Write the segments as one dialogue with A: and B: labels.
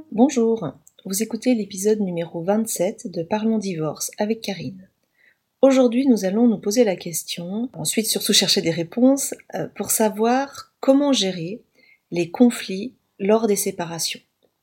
A: Bonjour, vous écoutez l'épisode numéro 27 de Parlons divorce avec Karine. Aujourd'hui, nous allons nous poser la question, ensuite surtout chercher des réponses, pour savoir comment gérer les conflits lors des séparations.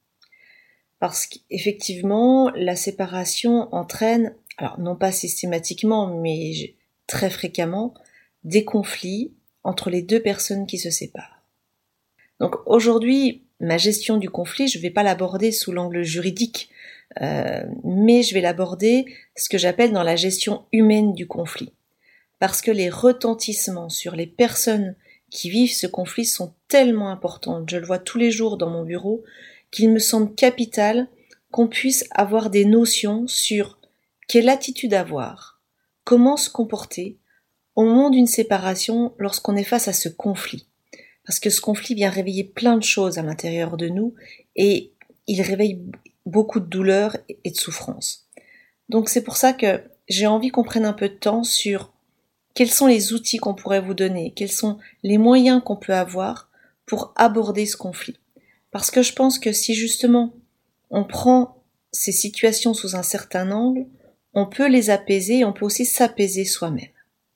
A: Parce qu'effectivement, la séparation entraîne, alors non pas systématiquement, mais très fréquemment, des conflits entre les deux personnes qui se séparent. Donc aujourd'hui, ma gestion du conflit, je ne vais pas l'aborder sous l'angle juridique, mais je vais l'aborder ce que j'appelle dans la gestion humaine du conflit. Parce que les retentissements sur les personnes qui vivent ce conflit sont tellement importants, je le vois tous les jours dans mon bureau, qu'il me semble capital qu'on puisse avoir des notions sur quelle attitude avoir, comment se comporter au moment d'une séparation lorsqu'on est face à ce conflit. Parce que ce conflit vient réveiller plein de choses à l'intérieur de nous et il réveille beaucoup de douleur et de souffrance. Donc c'est pour ça que j'ai envie qu'on prenne un peu de temps sur quels sont les outils qu'on pourrait vous donner, quels sont les moyens qu'on peut avoir pour aborder ce conflit. Parce que je pense que si justement on prend ces situations sous un certain angle, on peut les apaiser et on peut aussi s'apaiser soi-même.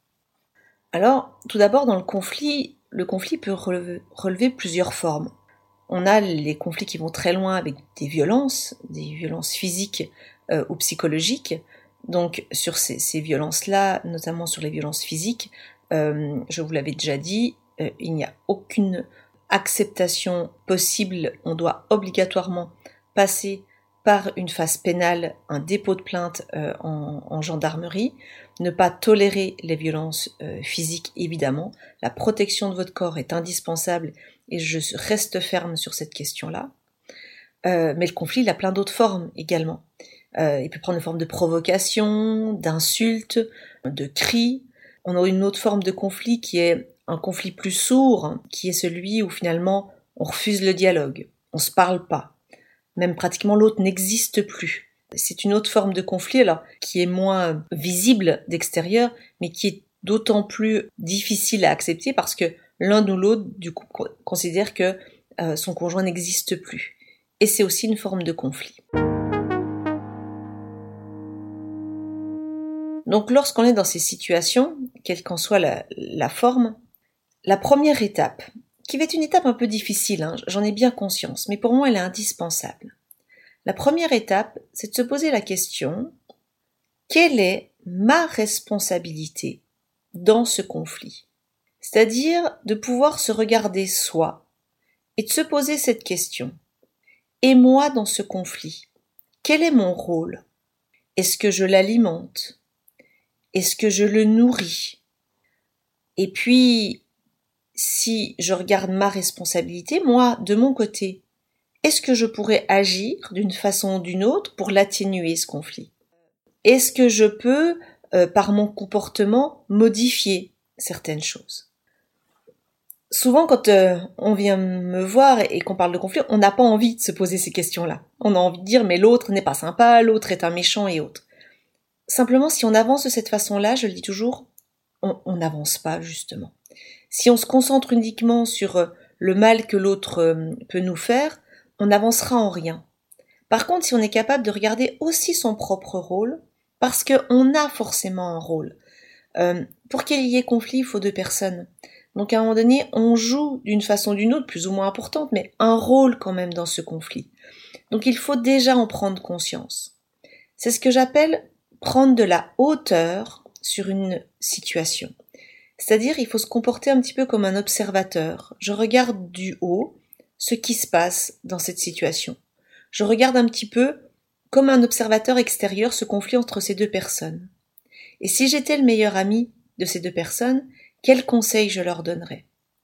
A: Alors, tout d'abord, dans le conflit peut relever plusieurs formes. On a les conflits qui vont très loin avec des violences physiques ou psychologiques. Donc, sur ces violences-là, notamment sur les violences physiques, je vous l'avais déjà dit, il n'y a aucune acceptation possible. On doit obligatoirement passer par une phase pénale, un dépôt de plainte en gendarmerie, ne pas tolérer les violences physiques évidemment, la protection de votre corps est indispensable et je reste ferme sur cette question-là, mais le conflit il a plein d'autres formes également. Il peut prendre une forme de provocation, d'insulte, de cris. On a une autre forme de conflit qui est un conflit plus sourd, qui est celui où finalement on refuse le dialogue, on se parle pas. Même pratiquement l'autre n'existe plus. C'est une autre forme de conflit, alors, qui est moins visible d'extérieur, mais qui est d'autant plus difficile à accepter parce que l'un ou l'autre, du coup, considère que son conjoint n'existe plus. Et c'est aussi une forme de conflit. Donc, lorsqu'on est dans ces situations, quelle qu'en soit la forme, la première étape, qui va être une étape un peu difficile, j'en ai bien conscience, mais pour moi elle est indispensable. La première étape, c'est de se poser la question, quelle est ma responsabilité dans ce conflit? C'est-à-dire de pouvoir se regarder soi et de se poser cette question. Et moi dans ce conflit, quel est mon rôle? Est-ce que je l'alimente? Est-ce que je le nourris? Et puis, si je regarde ma responsabilité, moi, de mon côté, est-ce que je pourrais agir d'une façon ou d'une autre pour l'atténuer, ce conflit? Est-ce que je peux, par mon comportement, modifier certaines choses? Souvent, quand on vient me voir et qu'on parle de conflit, on n'a pas envie de se poser ces questions-là. On a envie de dire, mais l'autre n'est pas sympa, l'autre est un méchant et autres. Simplement, si on avance de cette façon-là, je le dis toujours, on n'avance pas, justement. Si on se concentre uniquement sur le mal que l'autre peut nous faire, on n'avancera en rien. Par contre, si on est capable de regarder aussi son propre rôle, parce qu'on a forcément un rôle. Pour qu'il y ait conflit, il faut deux personnes. Donc à un moment donné, on joue d'une façon ou d'une autre, plus ou moins importante, mais un rôle quand même dans ce conflit. Donc il faut déjà en prendre conscience. C'est ce que j'appelle prendre de la hauteur sur une situation. C'est-à-dire, il faut se comporter un petit peu comme un observateur. Je regarde du haut ce qui se passe dans cette situation. Je regarde un petit peu comme un observateur extérieur ce conflit entre ces deux personnes. Et si j'étais le meilleur ami de ces deux personnes, quels conseils je leur donnerais?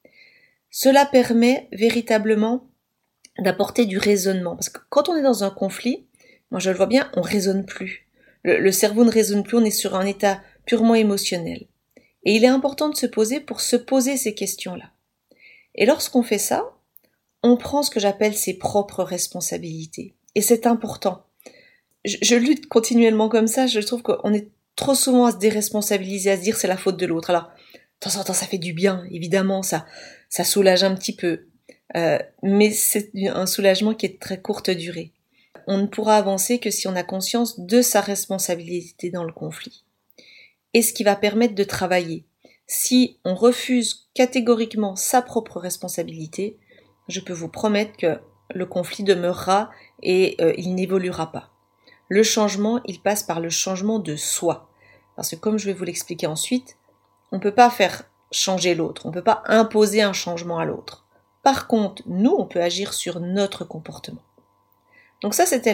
A: Cela permet véritablement d'apporter du raisonnement. Parce que quand on est dans un conflit, moi je le vois bien, on raisonne plus. Le cerveau ne raisonne plus, on est sur un état purement émotionnel. Et il est important de se poser ces questions-là. Et lorsqu'on fait ça, on prend ce que j'appelle ses propres responsabilités. Et c'est important. Je lutte continuellement comme ça, je trouve qu'on est trop souvent à se déresponsabiliser, à se dire c'est la faute de l'autre. Alors, de temps en temps, ça fait du bien, évidemment, ça soulage un petit peu. Mais c'est un soulagement qui est de très courte durée. on ne pourra avancer que si on a conscience de sa responsabilité dans le conflit. Et ce qui va permettre de travailler. Si on refuse catégoriquement sa propre responsabilité, je peux vous promettre que le conflit demeurera et il n'évoluera pas. Le changement, il passe par le changement de soi. Parce que comme je vais vous l'expliquer ensuite, on ne peut pas faire changer l'autre, on ne peut pas imposer un changement à l'autre. Par contre, nous, on peut agir sur notre comportement. Donc ça, c'était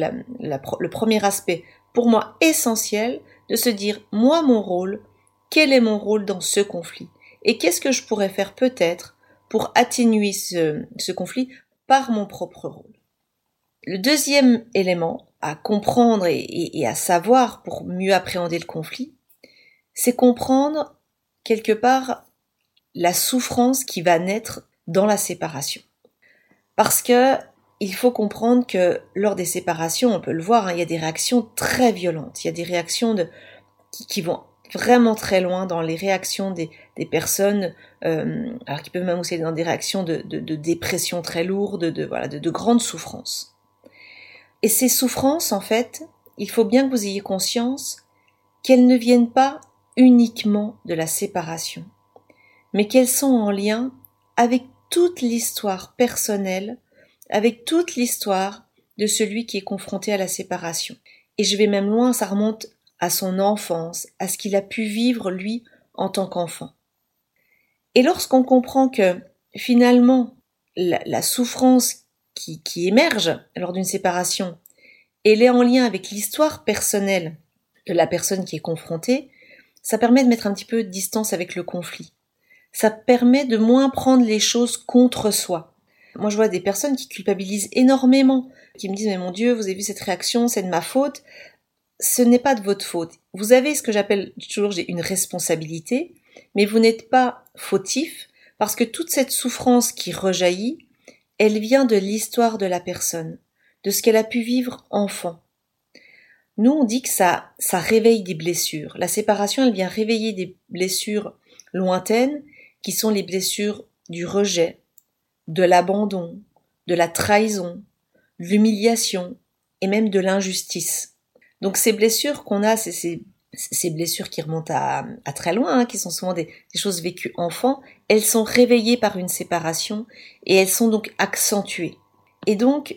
A: le premier aspect, pour moi essentiel, de se dire, moi, mon rôle, quel est mon rôle dans ce conflit? Et qu'est-ce que je pourrais faire peut-être pour atténuer ce conflit par mon propre rôle? Le deuxième élément à comprendre et à savoir pour mieux appréhender le conflit, c'est comprendre quelque part la souffrance qui va naître dans la séparation. Parce que il faut comprendre que lors des séparations, on peut le voir, il y a des réactions très violentes, il y a des réactions qui vont vraiment très loin dans les réactions des personnes, alors qui peuvent même aussi aller dans des réactions de dépression très lourde, de grandes souffrances. Et ces souffrances, en fait, il faut bien que vous ayez conscience qu'elles ne viennent pas uniquement de la séparation, mais qu'elles sont en lien avec toute l'histoire personnelle, avec toute l'histoire de celui qui est confronté à la séparation. Et je vais même loin, ça remonte à son enfance, à ce qu'il a pu vivre lui en tant qu'enfant. Et lorsqu'on comprend que finalement la souffrance qui émerge lors d'une séparation, elle est en lien avec l'histoire personnelle de la personne qui est confrontée, ça permet de mettre un petit peu de distance avec le conflit. Ça permet de moins prendre les choses contre soi. Moi, je vois des personnes qui culpabilisent énormément, qui me disent « Mais mon Dieu, vous avez vu cette réaction, c'est de ma faute ». Ce n'est pas de votre faute. Vous avez ce que j'appelle toujours une responsabilité, mais vous n'êtes pas fautif parce que toute cette souffrance qui rejaillit, elle vient de l'histoire de la personne, de ce qu'elle a pu vivre enfant. Nous, on dit que ça réveille des blessures. La séparation, elle vient réveiller des blessures lointaines qui sont les blessures du rejet, de l'abandon, de la trahison, de l'humiliation et même de l'injustice. Donc ces blessures qu'on a, c'est ces blessures qui remontent à très loin, qui sont souvent des choses vécues enfant, elles sont réveillées par une séparation et elles sont donc accentuées. Et donc,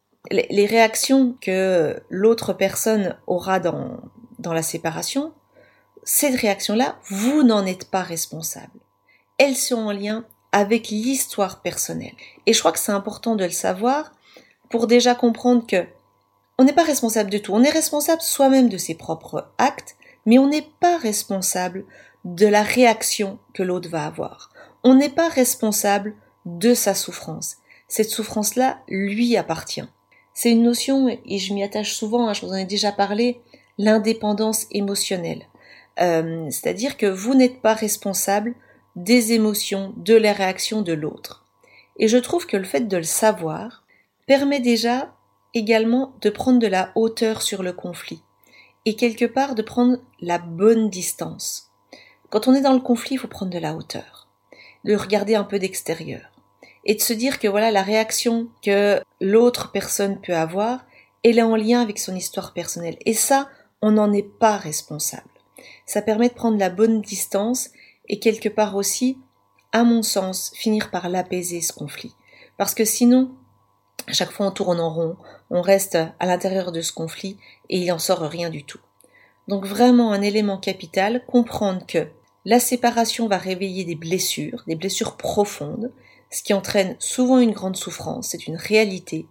A: les réactions que l'autre personne aura dans la séparation, ces réactions-là, vous n'en êtes pas responsable. Elles sont en lien avec l'histoire personnelle. Et je crois que c'est important de le savoir pour déjà comprendre que on n'est pas responsable de tout. On est responsable soi-même de ses propres actes, mais on n'est pas responsable de la réaction que l'autre va avoir. On n'est pas responsable de sa souffrance. Cette souffrance-là lui appartient. C'est une notion, et je m'y attache souvent, je vous en ai déjà parlé, l'indépendance émotionnelle. C'est-à-dire que vous n'êtes pas responsable des émotions, de la réaction de l'autre. Et je trouve que le fait de le savoir permet déjà également de prendre de la hauteur sur le conflit et quelque part de prendre la bonne distance. Quand on est dans le conflit, il faut prendre de la hauteur, de regarder un peu d'extérieur et de se dire que voilà, la réaction que l'autre personne peut avoir, elle est en lien avec son histoire personnelle. Et ça, on n'en est pas responsable. Ça permet de prendre la bonne distance et quelque part aussi, à mon sens, finir par l'apaiser ce conflit. Parce que sinon, à chaque fois on tourne en rond, on reste à l'intérieur de ce conflit et il n'en sort rien du tout. Donc vraiment un élément capital, comprendre que la séparation va réveiller des blessures profondes, ce qui entraîne souvent une grande souffrance, c'est une réalité.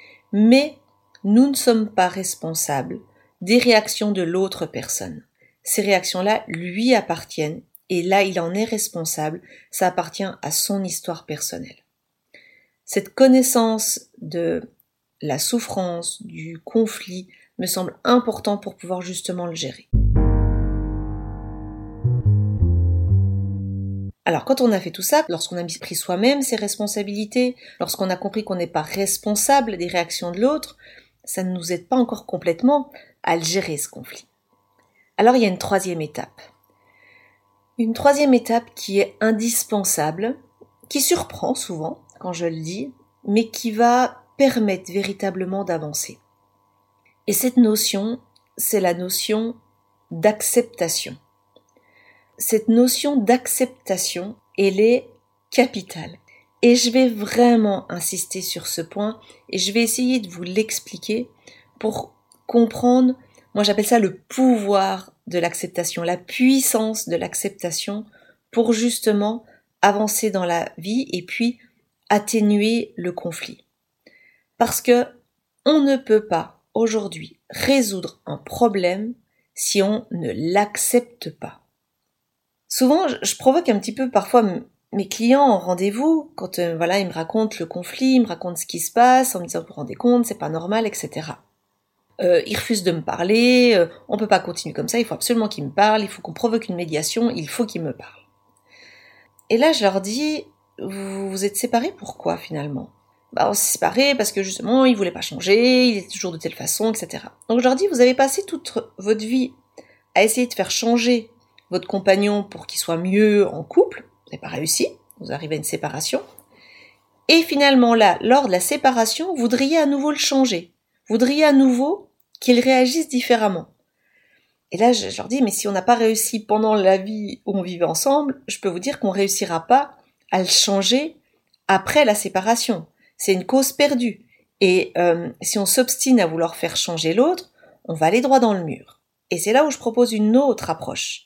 A: Mais nous ne sommes pas responsables des réactions de l'autre personne. Ces réactions-là lui appartiennent et là il en est responsable, ça appartient à son histoire personnelle. Cette connaissance de la souffrance, du conflit, me semble important pour pouvoir justement le gérer. Alors quand on a fait tout ça, lorsqu'on a pris soi-même ses responsabilités, lorsqu'on a compris qu'on n'est pas responsable des réactions de l'autre, ça ne nous aide pas encore complètement à le gérer ce conflit. Alors il y a une troisième étape. Une troisième étape qui est indispensable, qui surprend souvent quand je le dis, mais qui va permettre véritablement d'avancer. Et cette notion, c'est la notion d'acceptation. Cette notion d'acceptation, elle est capitale. Et je vais vraiment insister sur ce point et je vais essayer de vous l'expliquer pour comprendre, moi j'appelle ça le pouvoir de l'acceptation, la puissance de l'acceptation pour justement avancer dans la vie et puis atténuer le conflit. Parce que on ne peut pas aujourd'hui résoudre un problème si on ne l'accepte pas. Souvent, je provoque un petit peu parfois mes clients en rendez-vous, quand ils me racontent le conflit, ils me racontent ce qui se passe, en me disant vous vous rendez compte, c'est pas normal, etc. Ils refusent de me parler, on peut pas continuer comme ça, il faut absolument qu'ils me parlent, il faut qu'on provoque une médiation, il faut qu'ils me parlent. Et là, je leur dis, vous vous êtes séparés pourquoi finalement ? On s'est séparés parce que justement, il voulait pas changer, il est toujours de telle façon, etc. Donc je leur dis, vous avez passé toute votre vie à essayer de faire changer votre compagnon pour qu'il soit mieux en couple, vous n'avez pas réussi, vous arrivez à une séparation, et finalement là, lors de la séparation, vous voudriez à nouveau le changer, vous voudriez à nouveau qu'il réagisse différemment. Et là, je leur dis, mais si on n'a pas réussi pendant la vie où on vivait ensemble, je peux vous dire qu'on ne réussira pas à le changer après la séparation. C'est une cause perdue. Et si on s'obstine à vouloir faire changer l'autre, on va aller droit dans le mur. Et c'est là où je propose une autre approche,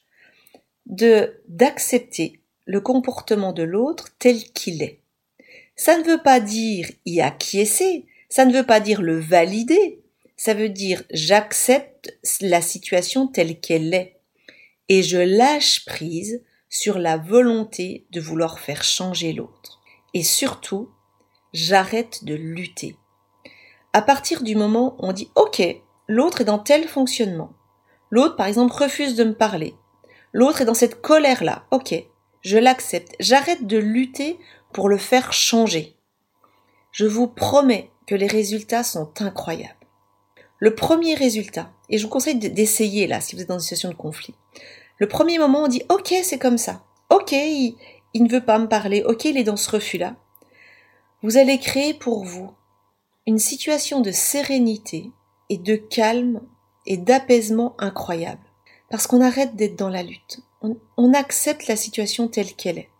A: d'accepter le comportement de l'autre tel qu'il est. Ça ne veut pas dire y acquiescer, ça ne veut pas dire le valider, ça veut dire j'accepte la situation telle qu'elle est et je lâche prise sur la volonté de vouloir faire changer l'autre. Et surtout, j'arrête de lutter. À partir du moment où on dit ok, l'autre est dans tel fonctionnement, l'autre par exemple refuse de me parler, l'autre est dans cette colère-là, ok, je l'accepte, j'arrête de lutter pour le faire changer. Je vous promets que les résultats sont incroyables. Le premier résultat, et je vous conseille d'essayer là, si vous êtes dans une situation de conflit, le premier moment on dit ok, c'est comme ça, ok, il ne veut pas me parler, ok, il est dans ce refus-là. Vous allez créer pour vous une situation de sérénité et de calme et d'apaisement incroyable. Parce qu'on arrête d'être dans la lutte. On accepte la situation telle qu'elle est.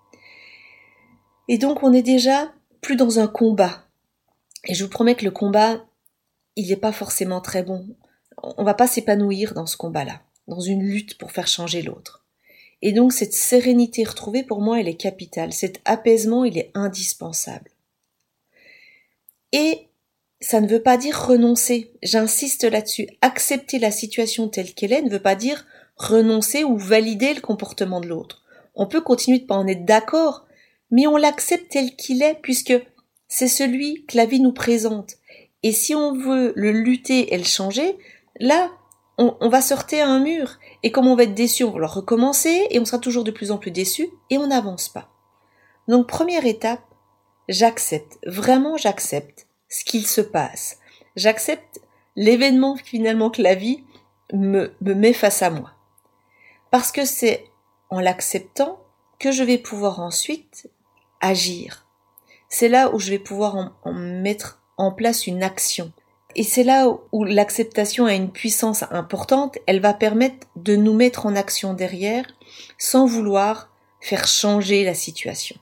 A: Et donc on est déjà plus dans un combat. Et je vous promets que le combat, il n'est pas forcément très bon. On va pas s'épanouir dans ce combat-là, dans une lutte pour faire changer l'autre. Et donc cette sérénité retrouvée, pour moi, elle est capitale. Cet apaisement, il est indispensable. Et ça ne veut pas dire renoncer. J'insiste là-dessus. Accepter la situation telle qu'elle est ne veut pas dire renoncer ou valider le comportement de l'autre. On peut continuer de ne pas en être d'accord, mais on l'accepte tel qu'il est puisque c'est celui que la vie nous présente. Et si on veut le lutter et le changer, là, on va se heurter à un mur. Et comme on va être déçu, on va le recommencer et on sera toujours de plus en plus déçu et on n'avance pas. Donc première étape, j'accepte. Vraiment, j'accepte ce qu'il se passe. J'accepte l'événement finalement que la vie me met face à moi. Parce que c'est en l'acceptant que je vais pouvoir ensuite agir. C'est là où je vais pouvoir en mettre en place une action. Et c'est là où l'acceptation a une puissance importante, elle va permettre de nous mettre en action derrière sans vouloir faire changer la situation.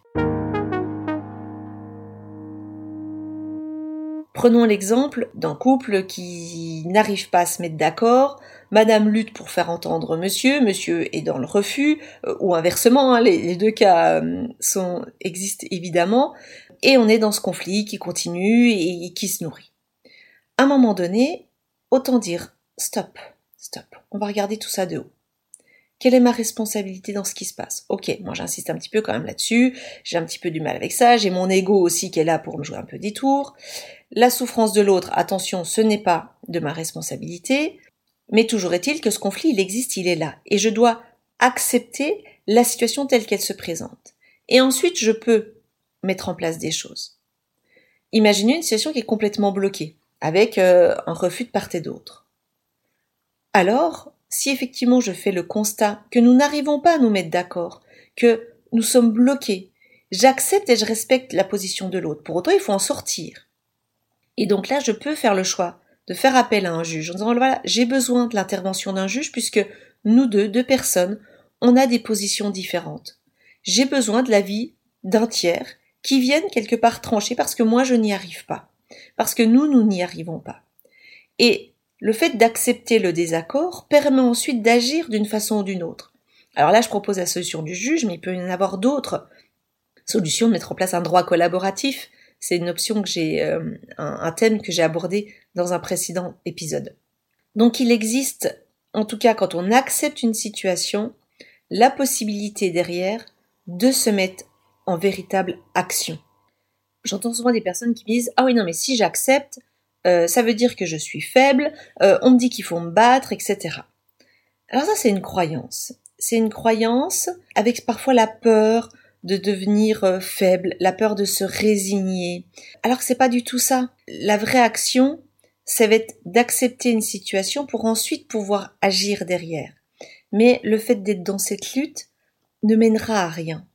A: Prenons l'exemple d'un couple qui n'arrive pas à se mettre d'accord. Madame lutte pour faire entendre monsieur, monsieur est dans le refus, ou inversement, les deux cas existent évidemment, et on est dans ce conflit qui continue et qui se nourrit. À un moment donné, autant dire stop, on va regarder tout ça de haut. Quelle est ma responsabilité dans ce qui se passe ? Ok, moi j'insiste un petit peu quand même là-dessus, j'ai un petit peu du mal avec ça, j'ai mon ego aussi qui est là pour me jouer un peu des tours. La souffrance de l'autre, attention, ce n'est pas de ma responsabilité, mais toujours est-il que ce conflit, il existe, il est là. Et je dois accepter la situation telle qu'elle se présente. Et ensuite, je peux mettre en place des choses. Imaginez une situation qui est complètement bloquée, avec un refus de part et d'autre. Alors, si effectivement je fais le constat que nous n'arrivons pas à nous mettre d'accord, que nous sommes bloqués, j'accepte et je respecte la position de l'autre. Pour autant, il faut en sortir. Et donc là, je peux faire le choix de faire appel à un juge en disant voilà, j'ai besoin de l'intervention d'un juge puisque nous deux personnes, on a des positions différentes. J'ai besoin de l'avis d'un tiers qui vienne quelque part trancher parce que moi je n'y arrive pas. Parce que nous n'y arrivons pas. Et le fait d'accepter le désaccord permet ensuite d'agir d'une façon ou d'une autre. Alors là, je propose la solution du juge, mais il peut y en avoir d'autres. Solution de mettre en place un droit collaboratif. C'est une option que un thème que j'ai abordé dans un précédent épisode. Donc il existe, en tout cas quand on accepte une situation, la possibilité derrière de se mettre en véritable action. J'entends souvent des personnes qui me disent « Ah oui, non, mais si j'accepte, ça veut dire que je suis faible, on me dit qu'il faut me battre, etc. » Alors ça, c'est une croyance. C'est une croyance avec parfois la peur de devenir faible, la peur de se résigner. Alors que c'est pas du tout ça. La vraie action, ça va être d'accepter une situation pour ensuite pouvoir agir derrière. Mais le fait d'être dans cette lutte ne mènera à rien.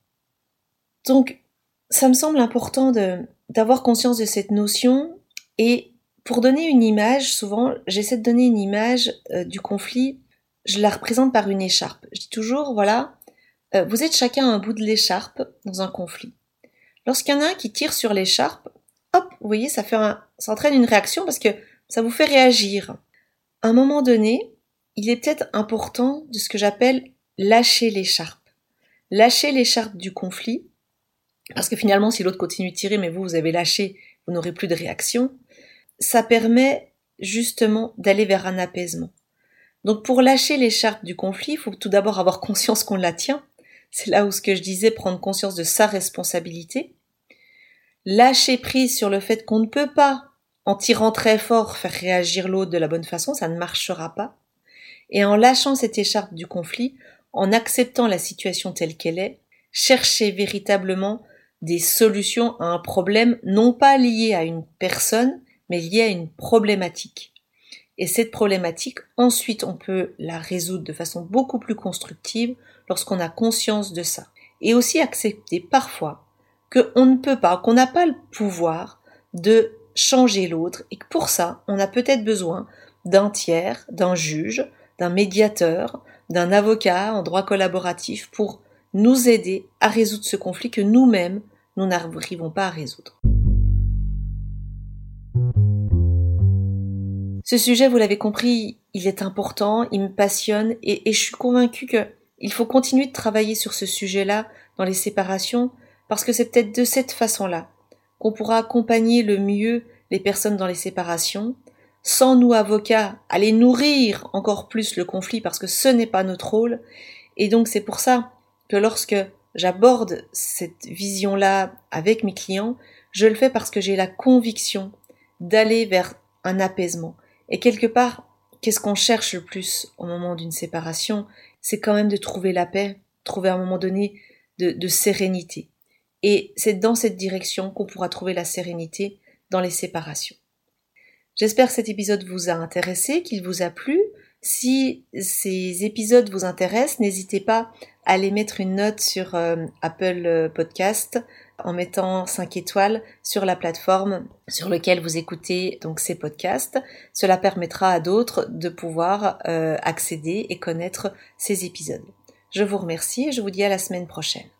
A: Donc, ça me semble important d'avoir conscience de cette notion et pour donner une image, souvent, j'essaie de donner une image du conflit, je la représente par une écharpe. Je dis toujours, voilà, vous êtes chacun à un bout de l'écharpe dans un conflit. Lorsqu'il y en a un qui tire sur l'écharpe, hop, vous voyez, ça entraîne une réaction parce que ça vous fait réagir. À un moment donné, il est peut-être important de ce que j'appelle lâcher l'écharpe. Lâcher l'écharpe du conflit, parce que finalement, si l'autre continue de tirer, mais vous avez lâché, vous n'aurez plus de réaction, ça permet justement d'aller vers un apaisement. Donc pour lâcher l'écharpe du conflit, il faut tout d'abord avoir conscience qu'on la tient. C'est là où ce que je disais, prendre conscience de sa responsabilité. Lâcher prise sur le fait qu'on ne peut pas, en tirant très fort, faire réagir l'autre de la bonne façon, ça ne marchera pas. Et en lâchant cette écharpe du conflit, en acceptant la situation telle qu'elle est, chercher véritablement des solutions à un problème non pas lié à une personne, mais lié à une problématique. Et cette problématique, ensuite, on peut la résoudre de façon beaucoup plus constructive lorsqu'on a conscience de ça. Et aussi accepter parfois qu'on ne peut pas, qu'on n'a pas le pouvoir de changer l'autre et que pour ça, on a peut-être besoin d'un tiers, d'un juge, d'un médiateur, d'un avocat en droit collaboratif pour nous aider à résoudre ce conflit que nous-mêmes, nous n'arrivons pas à résoudre. Ce sujet, vous l'avez compris, il est important, il me passionne et je suis convaincue qu'il faut continuer de travailler sur ce sujet-là dans les séparations parce que c'est peut-être de cette façon-là qu'on pourra accompagner le mieux les personnes dans les séparations sans nous, avocats, aller nourrir encore plus le conflit parce que ce n'est pas notre rôle. Et donc c'est pour ça que lorsque j'aborde cette vision-là avec mes clients, je le fais parce que j'ai la conviction d'aller vers un apaisement. Et quelque part, qu'est-ce qu'on cherche le plus au moment d'une séparation? C'est quand même de trouver la paix, trouver à un moment donné de sérénité. Et c'est dans cette direction qu'on pourra trouver la sérénité dans les séparations. J'espère que cet épisode vous a intéressé, qu'il vous a plu. Si ces épisodes vous intéressent, n'hésitez pas à aller mettre une note sur Apple Podcast en mettant 5 étoiles sur la plateforme sur laquelle vous écoutez donc ces podcasts. Cela permettra à d'autres de pouvoir accéder et connaître ces épisodes. Je vous remercie et je vous dis à la semaine prochaine.